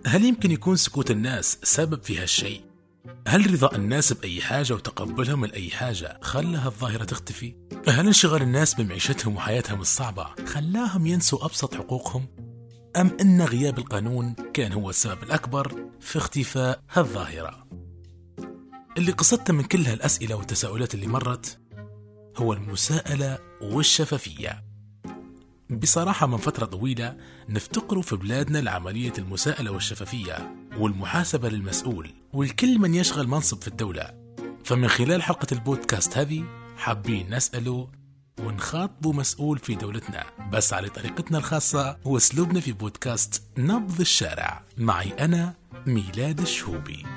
هل يمكن يكون سكوت الناس سبب في هالشيء؟ هل رضا الناس بأي حاجة وتقبلهم لأي حاجة خلاها الظاهرة تختفي؟ هل انشغال الناس بمعيشتهم وحياتهم الصعبة خلاهم ينسوا أبسط حقوقهم؟ أم أن غياب القانون كان هو السبب الأكبر في اختفاء هالظاهرة؟ اللي قصدته من كل هالأسئلة والتساؤلات اللي مرت هو المساءلة والشفافية. بصراحة من فترة طويلة نفتقر في بلادنا لعملية المساءلة والشفافية والمحاسبة للمسؤول والكل من يشغل منصب في الدولة. فمن خلال حلقة البودكاست هذه حابين نسأله ونخاطبه مسؤول في دولتنا، بس على طريقتنا الخاصة واسلوبنا في بودكاست نبض الشارع. معي أنا ميلاد الشهوبي.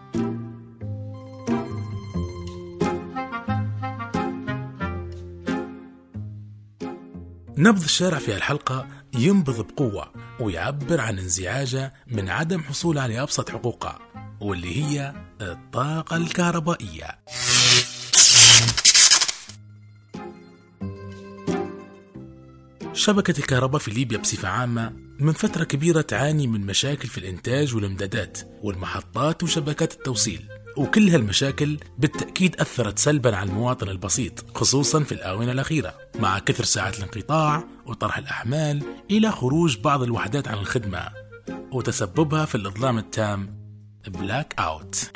نبض الشارع في الحلقة ينبض بقوة ويعبر عن انزعاجه من عدم حصول على أبسط حقوقه، واللي هي الطاقة الكهربائية. شبكة الكهرباء في ليبيا بصفة عامة من فترة كبيرة تعاني من مشاكل في الإنتاج والإمدادات والمحطات وشبكات التوصيل، وكل هالمشاكل بالتأكيد أثرت سلبا على المواطن البسيط، خصوصا في الآونة الأخيرة مع كثر ساعات الانقطاع وطرح الأحمال إلى خروج بعض الوحدات عن الخدمة وتسببها في الإظلام التام بلاك أوت.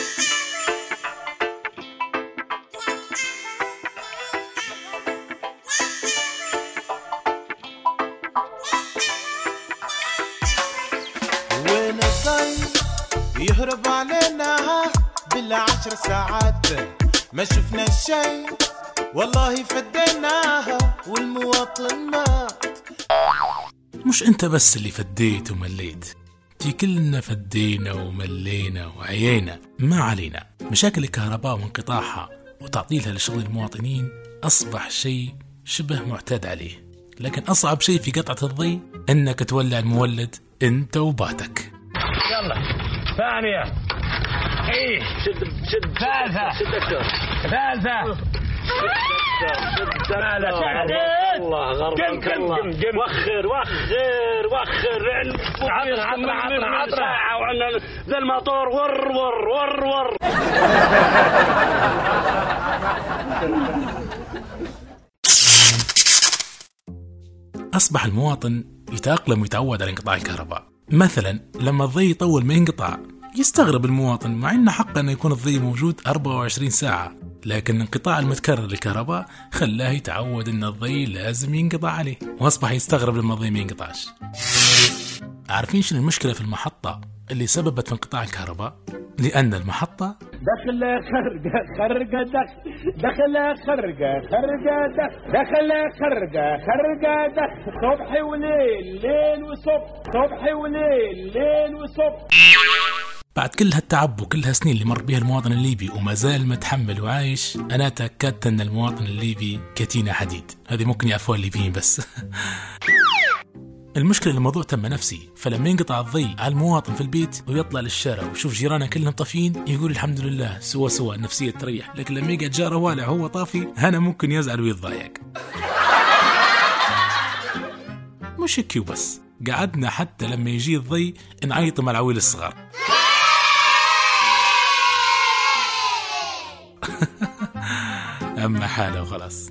وين الضي يهرب علينا بالعشر ساعات ما شفنا الشيء والله فديناها والمواطن مات. مش انت بس اللي فديت ومليت، تي كلنا فدينا وملينا وعيينا. ما علينا، مشاكل الكهرباء وانقطاعها وتعطيلها لشغل المواطنين أصبح شيء شبه معتاد عليه، لكن أصعب شيء في قطعة الضي انك تولع المولد انت وباتك. يلا ثانية، ايه شد ثالثة الله غربك الله. وخر عطنا ساعة وعنا ذا الموتور ور أصبح المواطن يتأقلم ويتعود على انقطاع الكهرباء. مثلا لما الضي يطول ما ينقطع يستغرب المواطن، مع إنه حق أن يكون الضي موجود 24 ساعة، لكن انقطاع المتكرر للكهرباء خلاه يتعود أن الضي لازم ينقطع عليه، وأصبح يستغرب لما الضي ما ينقطعش. عارفين شنو المشكلة في المحطة اللي سببت في انقطاع الكهرباء؟ لأن المحطة دخل خرجة دخل صبح وليل ليل وصبح صبح وليل ليل وصبح. بعد كل هالتعب وكل هالسنين اللي مر بها المواطن الليبي وما زال متحمل وعايش، أنا تأكدت أن المواطن الليبي كتينة حديد. هذه ممكن يعرفوها الليبيين بس. المشكلة الموضوع تم نفسي، فلما ينقطع الضي على المواطن في البيت ويطلع للشارع ويشوف جيرانه كلهم طافين يقول الحمد لله سوا النفسية تريح، لكن لما يقعد جاره والع هو طافي هنا ممكن يزعل ويتضايق. مش هيك وبس، قعدنا حتى لما يجي الضي نعيط مع العويل الصغار. أما حاله وخلاص.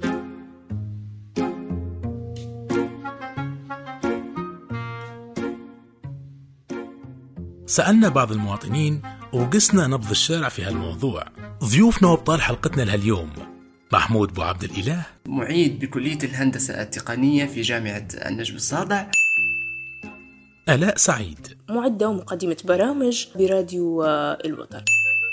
سألنا بعض المواطنين وقسنا نبض الشارع في هالموضوع. ضيوفنا وابطال حلقتنا لهاليوم محمود بو عبد الإله، معيد بكلية الهندسة التقنية في جامعة النجم الصادع. آلاء سعيد، معدة ومقدمة برامج براديو الوطن.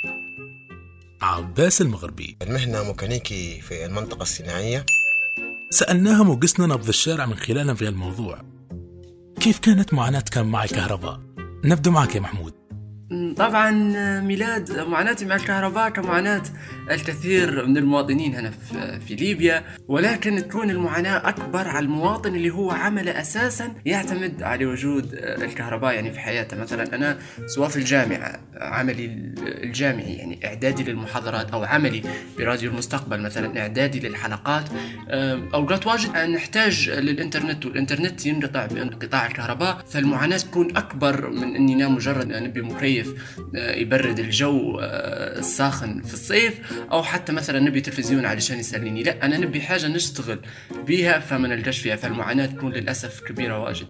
عباس المغربي، المهنة ميكانيكي في المنطقة الصناعية. سألناهم وقسنا نبض الشارع من خلالهم في الموضوع. كيف كانت معاناتكم مع الكهرباء؟ نبدأ معك يا محمود. طبعا ميلاد، معاناتي مع الكهرباء كمعاناة الكثير من المواطنين هنا في ليبيا، ولكن تكون المعاناة أكبر على المواطن اللي هو عمله أساسا يعتمد على وجود الكهرباء يعني في حياته. مثلا أنا سواء في الجامعة عملي الجامعي يعني إعدادي للمحاضرات، أو عملي براديو المستقبل مثلا إعدادي للحلقات، أوقات واجد نحتاج للإنترنت، والإنترنت ينقطع بانقطاع الكهرباء، فالمعاناة تكون أكبر من أننا مجرد نبي مكيف يبرد الجو الساخن في الصيف، أو حتى مثلا نبي تلفزيون علشان يسليني. لا، أنا نبي حاجة نشتغل بيها فما نلقاش فيها، فالمعاناة تكون للأسف كبيرة واجد.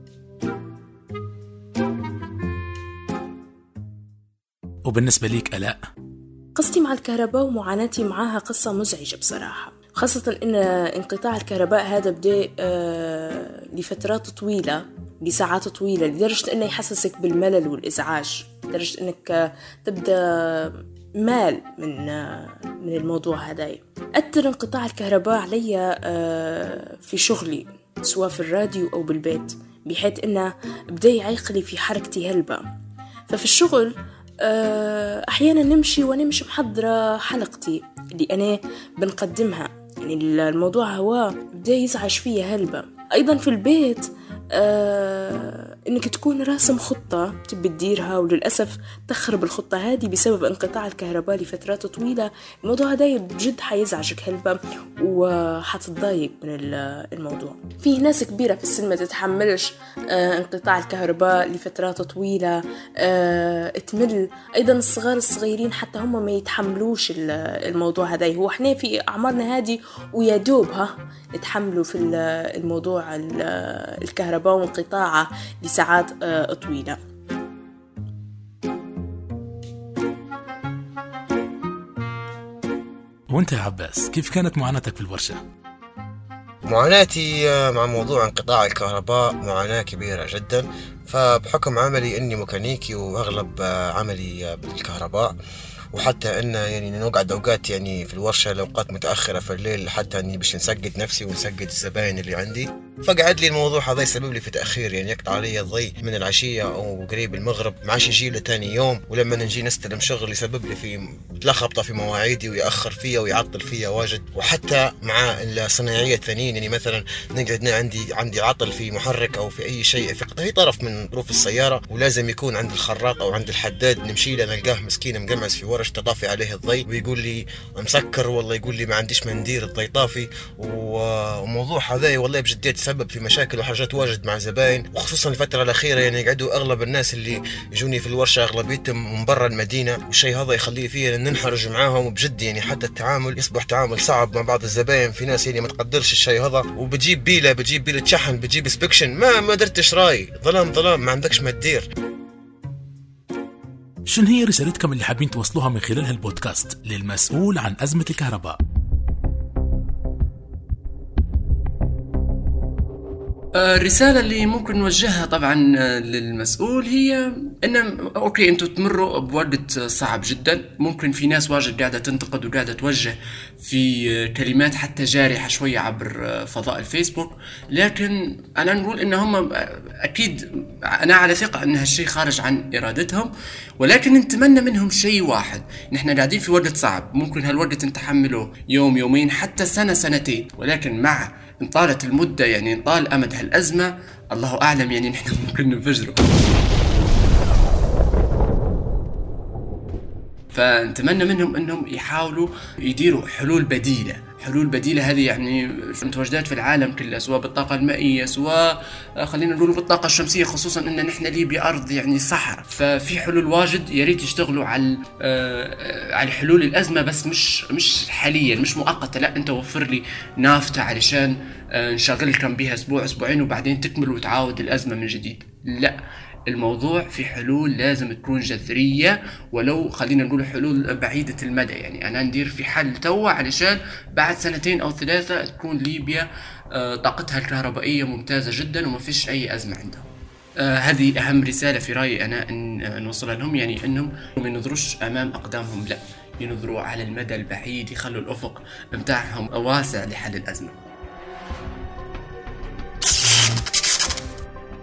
وبالنسبة ليك ألاء؟ قصتي مع الكهرباء ومعاناتي معاها قصة مزعجة بصراحة، خاصة إن انقطاع الكهرباء هذا بدأ لفترات طويلة، لساعات طويلة، لدرجة إنه يحسسك بالملل والإزعاج، لدرجة إنك تبدأ مال من الموضوع هذا. أثر انقطاع الكهرباء علي في شغلي سواء في الراديو أو بالبيت، بحيث إنه بدأ يعيقلي في حركتي هلبة. ففي الشغل أحيانا نمشي ونمشي محضرة حلقتي اللي أنا بنقدمها، يعني الموضوع هو بدأ يزعج فيها هلبة. أيضا في البيت إنك تكون راسم خطة تبي تديرها، وللأسف تخرب الخطة هذه بسبب انقطاع الكهرباء لفترات طويلة. الموضوع هذا بجد حيزعجك هلبة وحتتضايق من الموضوع. فيه ناس كبيرة في السن ما تتحملش انقطاع الكهرباء لفترات طويلة، تمل. أيضا الصغيرين حتى هم ما يتحملوش الموضوع هذا. هو احنا في أعمارنا هذه ويا دوب نتحملوا في الموضوع الكهرباء وانقطاعه لساعات طويلة. وانت يا عباس كيف كانت معاناتك في الورشة؟ معاناتي مع موضوع انقطاع الكهرباء معاناة كبيرة جدا، فبحكم عملي اني ميكانيكي واغلب عملي بالكهرباء، وحتى ان يعني نقعد اوقات يعني في الورشه لاوقات متاخره في الليل حتى اني باش نسجد نفسي ونسجد الزباين اللي عندي. فقعد لي الموضوع هذا يسبب لي في تاخير، يعني يقطع علي الضي من العشيه او قريب المغرب، ما عادش يجي له ثاني يوم، ولما نجي نستلم شغل يسبب لي في لخبطه في مواعيدي وياخر فيا ويعطل فيا واجد. وحتى مع الصناعيه الثانيين، يعني مثلا نقعد عندي عطل في محرك او في اي شيء في طرف من طرف السياره، ولازم يكون عند الخراق او عند الحداد، نمشي له نلقاه مسكين مقمص في ورش تطافي عليه الضي ويقول لي مسكر، والله يقول لي ما عنديش مندير الضي طافي. وموضوع هذا والله بجدية تسبب في مشاكل وحاجات واجد مع زباين، وخصوصا الفترة الأخيرة يعني يقعدوا أغلب الناس اللي يجوني في الورشة أغلبيتهم من برا المدينة، والشيء هذا يخليه فيه ننحرج معاهم، وبجد يعني حتى التعامل يصبح تعامل صعب مع بعض الزباين. في ناس يعني ما تقدرش الشيء هذا وبتجيب بيلة شحن، بتجيب سبكشن، ما درتش راي، ظلام ما عندكش ما تدير. شنو هي رسالتكم اللي حابين توصلوها من خلال هالبودكاست للمسؤول عن أزمة الكهرباء؟ الرسالة اللي ممكن نوجهها طبعا للمسؤول هي إن أوكي أنتوا تمروا بوقت صعب جدا، ممكن في ناس واجد قاعدة تنتقد وقاعدة توجه في كلمات حتى جارحة شوية عبر فضاء الفيسبوك، لكن أنا نقول إن هم أكيد أنا على ثقة إن هالشيء خارج عن إرادتهم، ولكن نتمنى منهم شيء واحد، نحن قاعدين في وقت صعب، ممكن هالوقت نتحمله يوم يومين حتى سنة سنتين، ولكن مع انطالت المدة يعني انطال أمد هالأزمة الله أعلم يعني نحن ممكن ننفجره. فنتمنى منهم أنهم يحاولوا يديروا حلول بديلة هذه يعني متواجدات في العالم كله، سواء بالطاقة المائية سواء خلينا نقول بالطاقة الشمسية، خصوصا أن نحن ليبيا أرض يعني صحراء، ففي حلول واجد يريد يشتغلوا على حلول الأزمة، بس مش حاليا مش مؤقتة، لا أنت وفر لي نافتة علشان نشغلكم بها أسبوع أسبوعين وبعدين تكمل وتعاود الأزمة من جديد. لا، الموضوع في حلول لازم تكون جذرية، ولو خلينا نقول حلول بعيدة المدى، يعني أنا ندير في حل توا علشان بعد 2 أو 3 تكون ليبيا طاقتها الكهربائية ممتازة جدا وما فيش أي أزمة عندهم. هذه أهم رسالة في رأيي أنا أن نوصلها لهم، يعني أنهم ما ينظروش أمام أقدامهم، لا ينظروا على المدى البعيد، يخلوا الأفق متاعهم واسع لحل الأزمة.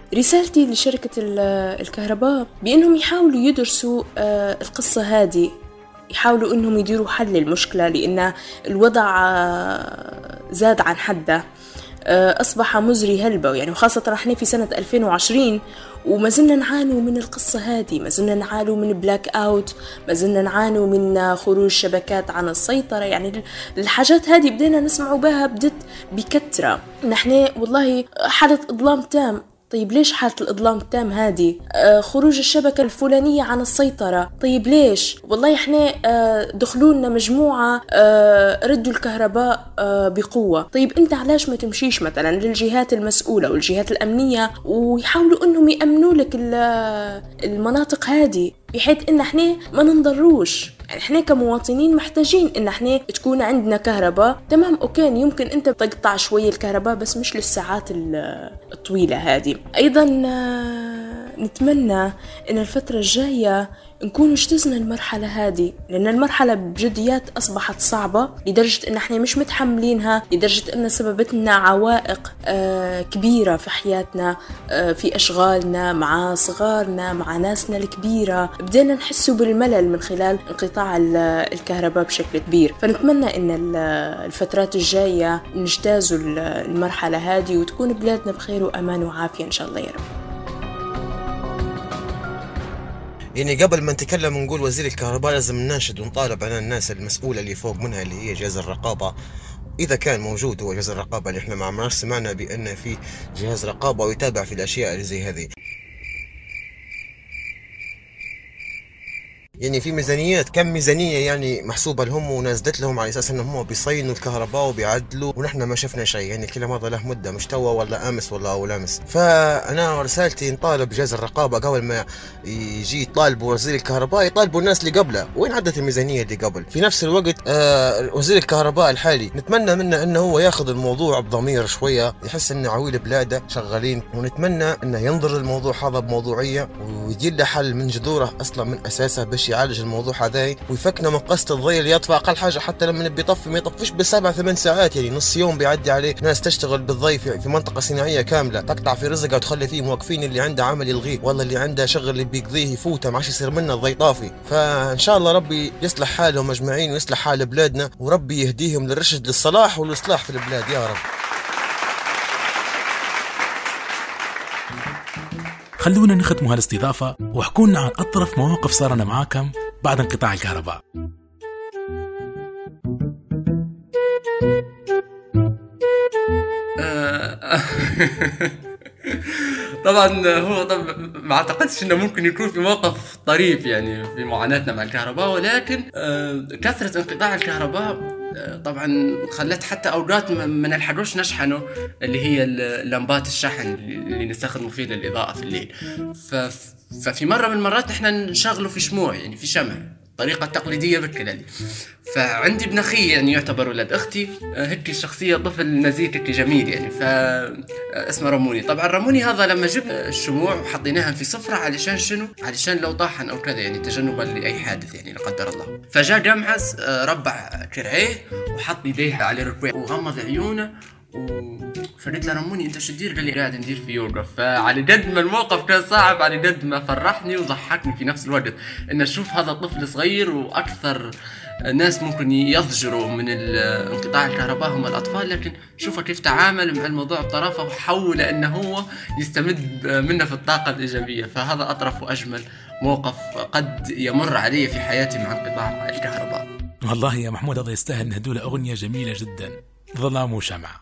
رسالتي لشركة الكهرباء بأنهم يحاولوا يدرسوا القصة هذه، يحاولوا أنهم يديروا حل المشكلة، لأن الوضع زاد عن حده، أصبح مزري هلبة يعني، وخاصة نحن في سنة 2020 وما زلنا نعانوا من القصة هذه، ما زلنا نعانوا من بلاك أوت، ما زلنا نعانوا من خروج شبكات عن السيطرة. يعني الحاجات هذه بدينا نسمع بها بدت بكثرة. نحن والله حدث إظلام تام. طيب ليش حالة الإظلام التام هذه؟ خروج الشبكة الفلانية عن السيطرة. طيب ليش؟ والله إحنا دخلوا لنا مجموعة ردوا الكهرباء بقوة. طيب أنت علاش ما تمشيش مثلا للجهات المسؤولة والجهات الأمنية ويحاولوا أنهم يأمنوا لك المناطق هذه، بحيث إن إحنا ما ننضروش. يعني إحنا كمواطنين محتاجين إن إحنا تكون عندنا كهرباء. تمام أوكي، يمكن أنت تقطع شوية الكهرباء بس مش للساعات الطويلة هذه. أيضا نتمنى إن الفترة الجاية نكون اجتزنا المرحلة هذه، لأن المرحلة بجديات أصبحت صعبة لدرجة إن إحنا مش متحملينها، لدرجة إن سببت لنا عوائق كبيرة في حياتنا، في أشغالنا مع صغارنا مع ناسنا الكبيرة. بدينا نحسوا بالملل من خلال انقطاع الكهرباء بشكل كبير. فنتمنى إن الفترات الجاية نجتازوا المرحلة هذه وتكون بلادنا بخير وأمان وعافية إن شاء الله يا رب. يعني قبل ما نتكلم ونقول وزير الكهرباء لازم نناشد ونطالب على الناس المسؤولة اللي فوق منها اللي هي جهاز الرقابة، إذا كان موجود هو جهاز الرقابة اللي إحنا ما عمرنا سمعنا بأن في جهاز رقابة ويتابع في الأشياء اللي زي هذه. يعني في ميزانيات، كم ميزانية يعني محسوبة لهم ونازلت لهم على أساس أنهم بيصينوا الكهرباء وبيعدلوا، ونحن ما شفنا شيء. يعني الكلام هذا له مدة، مش توا ولا أمس ولا أول أمس. فأنا رسالتي نطالب جهاز الرقابة قبل ما يجي يطالبوا وزير الكهرباء يطالبوا الناس اللي قبله وين عدت الميزانية اللي قبل. في نفس الوقت وزير الكهرباء الحالي نتمنى منه أنه هو ياخذ الموضوع بضمير شوية، يحس أن عويل بلاده شغالين، ونتمنى أنه ينظر للموضوع هذا بموضوعية ويجي له حل من جذوره أصلا من أساسه باش يعالج الموضوع هذا ويفكنا من قصة الضي اللي يطفى أقل حاجة. حتى لما بيطفي ما يطفيش ب7-8 ساعات، يعني نص يوم بيعدي عليه. ناس تشتغل بالضي في منطقة صناعية كاملة تقطع في رزقها وتخلي فيه موقفين، اللي عنده عمل يلغيه والله اللي عنده شغل اللي بيقضيه يفوته، ما عادش يصير منه الضي طافي. فإن شاء الله ربي يصلح حالهم أجمعين ويصلح حال بلادنا، وربي يهديهم للرشد للصلاح والإصلاح في البلاد يا رب. خلونا نختم هالاستضافة وحكوا لنا عن أطرف مواقف صارنا معاكم بعد انقطاع الكهرباء. طبعا هو ما اعتقدش انه ممكن يكون في موقف طريف يعني في معاناتنا مع الكهرباء، ولكن كثرة انقطاع الكهرباء طبعا خلت حتى اوقات ما نلحقوش نشحنه، اللي هي لمبات الشحن اللي نستخدمه فيه للإضاءة في الليل. ففي مرة من المرات احنا نشغله في شموع، يعني في شمع، الطريقة التقليدية بالكلا دي. فعندي ابن أخي يعني يعتبر ولد أختي، هيك شخصية طفل نزيه هيك جميل يعني، اسمه رموني. طبعا رموني هذا لما جبنا الشموع وحطيناها في صفرة علشان شنو؟ علشان لو طاحن أو كذا، يعني تجنبا لأي حادث يعني لا قدر الله. فجاء جمعز ربع كرعيه وحط يديه على ركبه وغمض عيونه فقلت له رموني انت شو تدير؟ قال لي قاعد ندير في يوغا. فعلى قد ما الموقف كان صعب على قد ما فرحني وضحكني في نفس الوقت ان اشوف هذا الطفل صغير، واكثر ناس ممكن يضجروا من انقطاع الكهرباء هم الاطفال، لكن شوفوا كيف تعامل مع الموضوع بطرافه وحاول انه هو يستمد منه في الطاقه الايجابيه. فهذا اطرف واجمل موقف قد يمر علي في حياتي مع انقطاع الكهرباء. والله يا محمود هذا يستاهل نهدوا له اغنيه جميله جدا، ظلام وشمعة.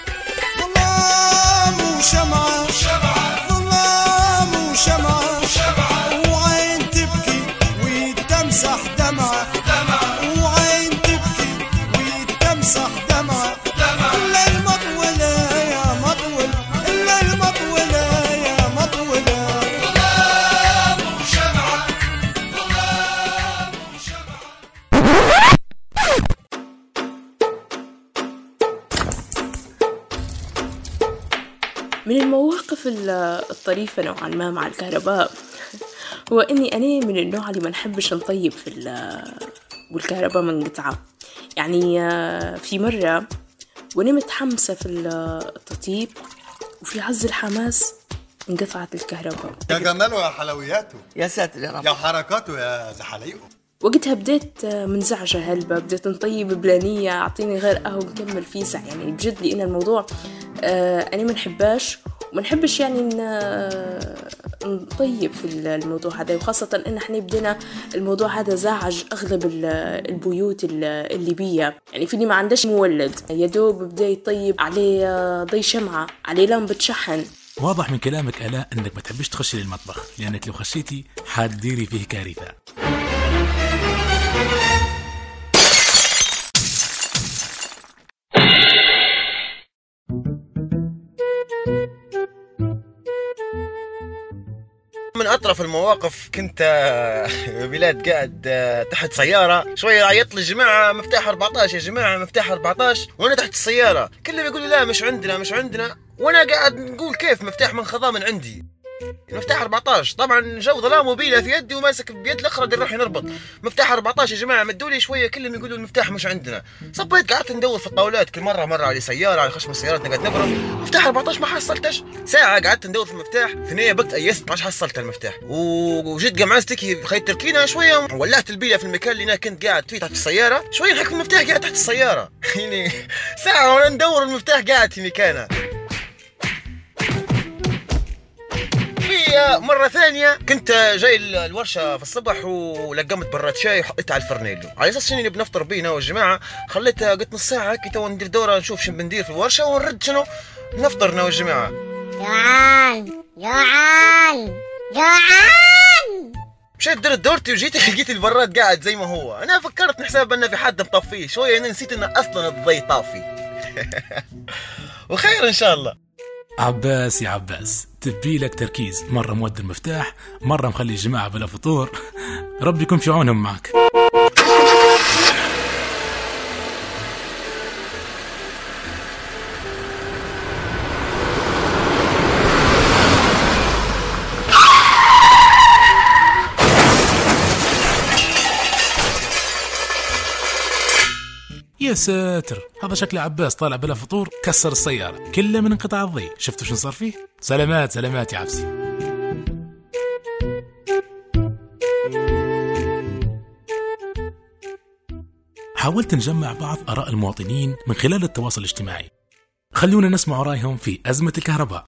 ظلام وشمعة ظلام وشمعة وعين تبكي وتمسح دمعة وعين تبكي وتمسح دمعة الليل مطولة يا مطول الليل مطولة يا مطولة ظلام وشمعة ظلام وشمعة. من المواقف الطريفة نوعا ما مع الكهرباء هو إني أنا من النوع اللي ما نحبش نطيب والكهرباء منقطعة. يعني في مرة وأنا متحمسة في التطيب وفي عز الحماس انقطعت الكهرباء. يا جماله يا حلوياته، يا ساتر يا رب، يا حركاته يا زحليقه. وقتها بديت منزعجة هلبة، بديت نطيب بلانية أعطيني غير قهوة نكمل فيه ساعة. يعني بجد لأن الموضوع أنا منحباش ومنحبش يعني نطيب في الموضوع هذا، وخاصة إن احنا بدينا الموضوع هذا زعج أغلب البيوت الليبية. يعني في اللي ما عندش مولد يدوب بدأ يطيب عليه ضي شمعة، عليه لمبة شحن. واضح من كلامك آلاء أنك ما تحبش تخشي للمطبخ، لأنك لو خشيتي حتديري فيه كارثة. من أطرف المواقف كنت بلاد قاعد تحت سيارة، شوية عيط لي الجماعة مفتاح 14 يا جماعة مفتاح 14، وأنا تحت السيارة كلهم يقولوا لا مش عندنا، وأنا قاعد نقول كيف مفتاح من خضا من عندي مفتاح 14. طبعا جو ظلام وبيله في يدي وماسك بيد الاخرى نروح نربط مفتاح 14 يا جماعه مدولي شويه، كلهم يقولوا المفتاح مش عندنا. صبيت قعدت ندور في الطاولات كل مره على سياره على خشم السيارات نقعد نبرم مفتاح 14 ما حصلتش. ساعه قعدت ندور في المفتاح، ثانيه بقت ايست ما حصلت المفتاح، وجيت قمعستك خيط تركينه شويه ولعت البيله في المكان اللي انا كنت قاعد فيه تحت السياره، شويه نحك المفتاح قاعد تحت السياره يعني ساعه وانا ندور المفتاح قاعد في مكانه. مرة ثانية كنت جاي الورشة في الصبح ولقمت براد شاي وحطيتها على الفرنيلو على اساس اني بنفطر بينا والجماعة، خليتها قلت نص ساعة هكي تو ندير دورة نشوف شنو بندير في الورشة ونرد شنو نفطرنا والجماعة. جوعان مشيت درت دورتي وجيت لقيت البراد قاعد زي ما هو. انا فكرت نحسب ان في حد مطفيه شوية، انا نسيت ان اصلا الضي طافي وخير ان شاء الله. عباس يا عباس تبيلك تركيز، مرة مود المفتاح، مرة مخلي الجماعة بلا فطور، ربي يكون في عونهم معك. يا ساتر، هذا شكل عباس طالع بلا فطور كسر السيارة كله من انقطاع الضي. شفتوا شو صار فيه؟ سلامات يا عبسي. حاولت نجمع بعض آراء المواطنين من خلال التواصل الاجتماعي، خلونا نسمع رأيهم في أزمة الكهرباء.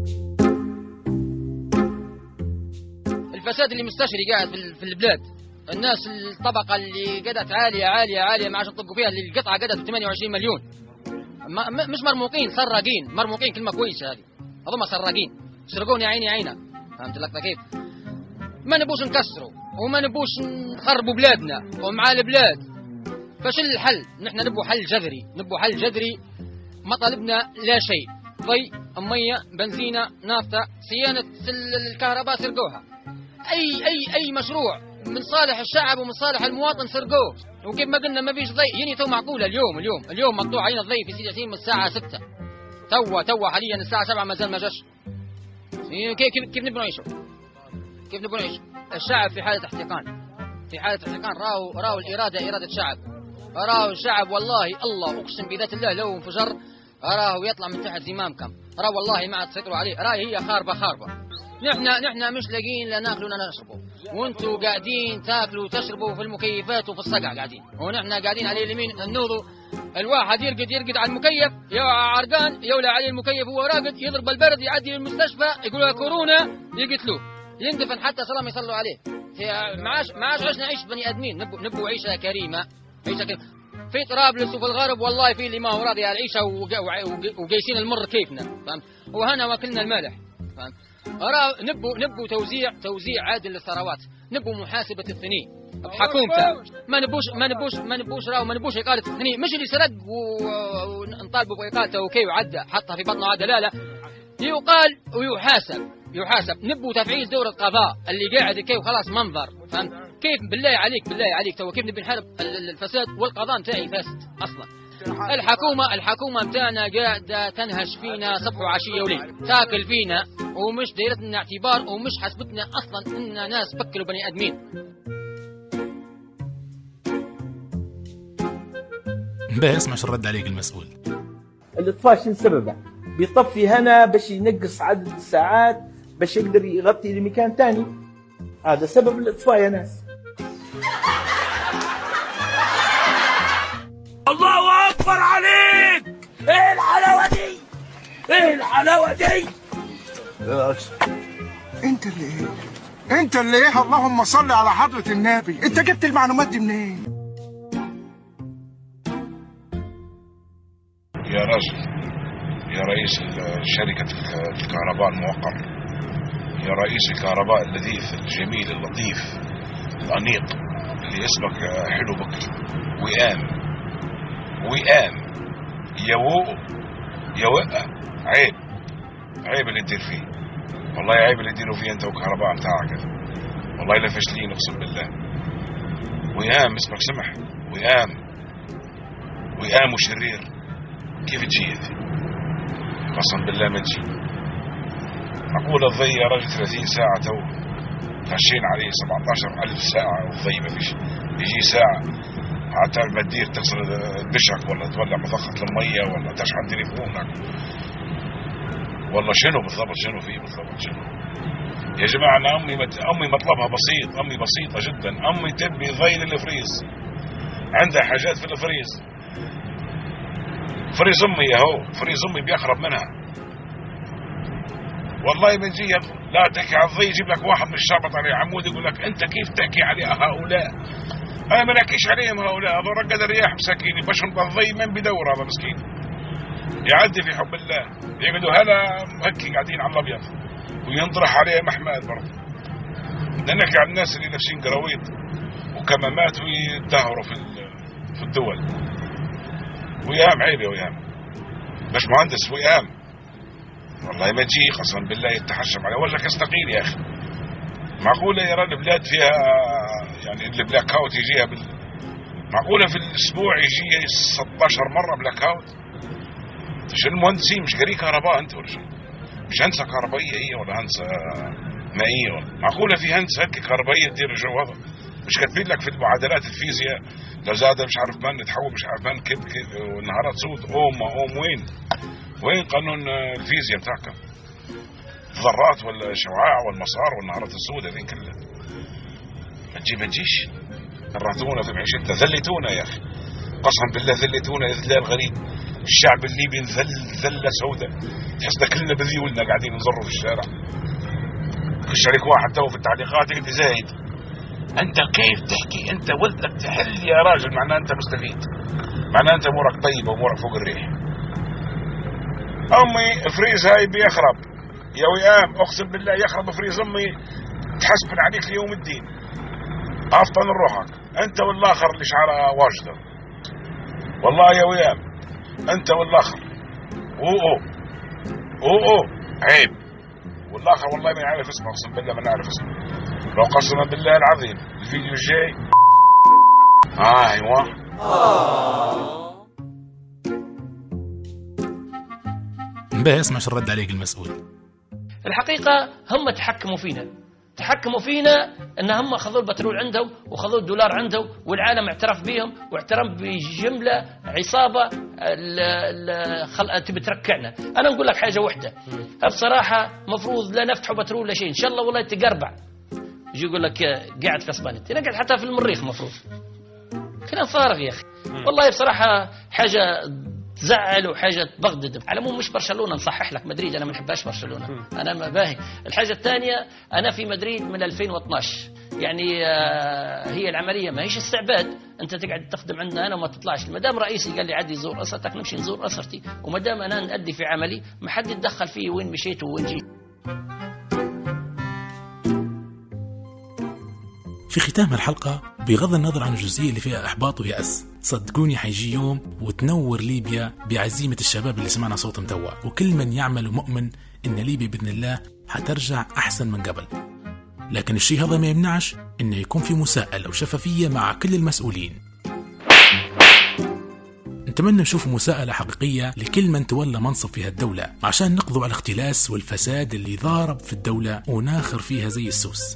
الفساد اللي مستشري قاعد في البلاد، الناس الطبقة اللي قدت عالية ما عشان يطبقوا فيها، اللي القطعة قدت 28 مليون، مش مرموقين، سراقين. مرموقين كلمة كويسة هذه، أظن سراقين، سرقون يا عيني. فهمت لك كيف؟ ما نبوش نكسروا وما نبوش نخربوا بلادنا ومع البلاد. فش الحل؟ نحن نبو حل جذري. مطالبنا لا شيء، ضي، مية، بنزينة، نافطة، صيانة الكهرباء سرقوها. أي مشروع من صالح الشعب ومن صالح المواطن سرقوه. وكيف ما قلنا ما فيش ضي، يعني تو معقولة اليوم مقطوع علينا الضي في سيدي ياسين من الساعة 6، تو حاليا الساعة 7 ما زال ما جاش. كيف نبغى نعيش؟ الشعب في حالة احتقان، راو الإرادة إرادة الشعب، راو الشعب والله الله أقسم بذات الله لو انفجر راو يطلع من تحت زمامكم، راو والله ما عاد تسيطروا عليه، راي هي خاربة. نحن مش لاقيين لا ناكلوا ولا نشربوا، وانتوا قاعدين تاكلوا وتشربوا في المكيفات وفي الصقع قاعدين، ونحن قاعدين على اليمين النوضوا. الواحد يرقد على المكيف يا عرقان، يولع عليه المكيف وهو راقد، يضرب البرد، يعدي للمستشفى يقولوا كورونا، يقتلوه، يندفن حتى سلام يصلوا عليه. معاش عشنا عيش بني ادمين، نبو عيشه كريمه. في طرابلس وفي الغرب والله في اللي ما هو راضي على العيشه وقايسين المر كيفنا، فهمت؟ وهنا واكلنا المالح، فهمت؟ نبو توزيع عادل للثروات، نبو محاسبه الثني بحكومته، ما نبوش اقاله الثني، مش اللي سرق ونطالبوا باقالته وكي وعدى حطها في بطنه عدى، لا يقال ويحاسب. نبو تفعيل دور القضاء اللي قاعد كي وخلاص منظر، فهمت كيف؟ بالله عليك تو كيف نبي نحارب الفساد والقضاء متاعي فاسد اصلا. الحكومه متاعنا قاعده تنهش فينا صبح وعشيه وليل، تاكل فينا ومش دايرتنا اعتبار ومش حسبتنا اصلا ان ناس بكلوا بني ادمين. بس ما رد عليك المسؤول. الاطفاء شنو سببه؟ بيطفي هنا باش ينقص عدد الساعات باش يقدر يغطي لمكان تاني. هذا سبب الإطفاء يا ناس. الله أكبر عليك. ايه الحلاوة دي، ايه الحلاوة دي. انت اللي ايه؟ اللهم صل على حضرة النبي. انت جبت المعلومات دي منين؟ يا رجل، يا رئيس شركة الكهرباء الموقر، يا رئيس الكهرباء اللذيذ الجميل اللطيف الأنيق اللي اسمك حلو بك، وئام يا وقع. عيب اللي تدير فيه، والله عيب اللي تديروا فيه انت والكهرباء متاعك. والله لا فاشلين اقسم بالله. وئام اسمك سمح، وئام وشرير. كيف تجي هذي؟ قسم بالله ما تجي. معقولة الضي يا راجل 30 ساعة تو خشين عليه 17,000 ساعة والضي ما فيش يجي ساعة حتى ما تدير تغسل دشك ولا تولع مضخة المية ولا تشحن تليفونك والله شنو بالضبط، شنو فيه بالضبط شنو يا جماعة. أنا أمي مطلبها بسيط، أمي بسيطة جدا. أمي تبي ضي للفريز، عندها حاجات في الفريز. فريز أمي ياهو، فريز أمي بيخرب منها والله. ما تجي لا تحكي على الضي، يجيب لك واحد من الشربط عليه عمود يقول لك أنت كيف تحكي على هؤلاء؟ أنا ما نحكيش عليهم هؤلاء، هذا رقد الرياح مساكين بشرب الضي من بدور. هذا مسكين يعدي في حب الله، يقعدوا هلا هكي قاعدين على الأبيض وينطرح عليه محمد برضه. بدنا نحكي عن الناس اللي لابسين قراويط وكمامات ويتدهوروا في الدول. ويام عيب يا ويام، باش مهندس ويام والله ما تجي قسم بالله يتحشم عليه ولا يستقيل يا أخي. معقولة يرى البلاد فيها يعني البلاك اوت يجيها معقولة في الأسبوع يجي 16 مرة بلاك اوت؟ شو المهندسين مش قاري كهرباء أنت ولا شو؟ مش هندسة كهربائية هي ولا هندسة مائية ولا؟ معقولة في هندسة هيك كهربائية تدير الجو هذا؟ مش كاتبين لك في المعادلات الفيزياء لو زاد مش عارف من تحول مش عارف من كيف والنهارات سود أوم وين قانون الفيزياء بتاعك؟ الذرات ولا الشعاع والمسار والنهارات السوداء ذين كلها. ما تجيش كرهتونا في معيشتنا، ذلتونا يا أخي قسم بالله، ذلتونا إذلال غريب. الشعب الليبي ذلة سوداء، تحسنا كلنا بذيولنا قاعدين نزروا في الشارع. خش عليك واحد تو في التعليقات يقول زايد أنت كيف تحكي أنت ولدك تحل يا راجل، معناه أنت مستفيد، معناه أنت أمورك طيبة وأمورك فوق الريح. أمي فريز هاي بيخرب يا وئام، أقسم بالله يخرب فريز أمي تحسبن عليك ليوم الدين. أفطن روحك أنت والآخر اللي شعرها واجدة والله يا وئام، أنت والآخر أوه عيب. والآخر والله ما يعرف اسمه، أقسم بالله ما نعرف اسمه. لو قسما بالله العظيم الفيديو الجاي أيوة بس مش رد عليك المسؤول. الحقيقة هم تحكموا فينا ان هم خذوا البترول عندهم وخذوا الدولار عندهم، والعالم اعترف بهم واعترف بجملة عصابة تبي تركعنا. انا نقول لك حاجة واحدة بصراحة، مفروض لا نفتحوا بترول لا شيء، ان شاء الله والله تقربع يجي يقول لك قاعد كسبان، تنقعد حتى في المريخ. مفروض كلام فارغ يا اخي والله بصراحة، حاجة تزعل وحاجة تبغض. على مو مش برشلونة، نصحح لك مدريد أنا ما نحبهاش برشلونة، أنا ما باهي. الحاجة الثانية أنا في مدريد من 2012، يعني هي العملية ما هيش استعباد، أنت تقعد تخدم عندنا أنا وما تطلعش. مدام رئيسي قال لي عادي زور أسرتك نمشي نزور أسرتي، ومدام أنا نأدي في عملي ما حد يتدخل فيه وين مشيت وين جيت. في ختام الحلقة بغض النظر عن الجزئية اللي فيها إحباط ويأس، صدقوني حيجي يوم وتنور ليبيا بعزيمة الشباب اللي سمعنا صوتهم توا، وكل من يعمل مؤمن إن ليبيا بإذن الله حترجع أحسن من قبل. لكن الشيء هذا ما يمنعش إنه يكون في مساءلة وشفافية مع كل المسؤولين. نتمنى نشوف مساءلة حقيقية لكل من تولى منصب في هالدولة عشان نقضوا على الاختلاس والفساد اللي ضارب في الدولة وناخر فيها زي السوس.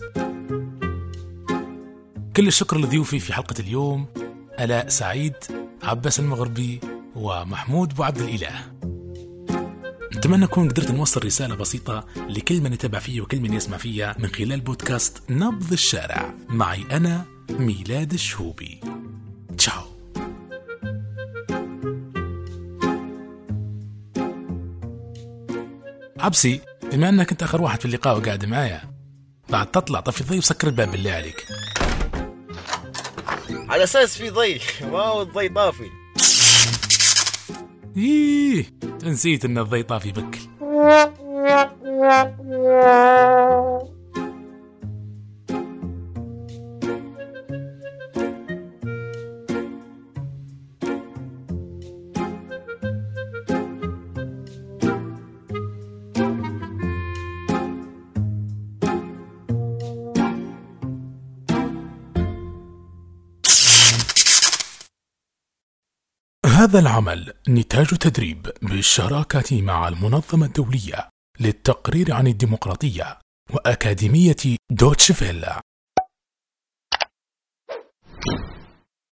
كل الشكر لضيوفي في حلقة اليوم، آلاء سعيد، عباس المغربي، ومحمود بو عبد الإله. أتمنى أكون قدرت نوصل رسالة بسيطة لكل من يتابع فيا وكل من يسمع فيا من خلال بودكاست نبض الشارع معي أنا ميلاد الشهوبي. تشاو. عبسي، بما أنك أنت آخر واحد في اللقاء وقاعد معايا، بعد تطلع طفي الضي وسكر الباب بالله عليك. على أساس في ضي، واو الضي طافي. نسيت ان الضي طافي بكل. هذا العمل نتاج تدريب بالشراكة مع المنظمة الدولية للتقرير عن الديمقراطية وأكاديمية دوتشفيلا.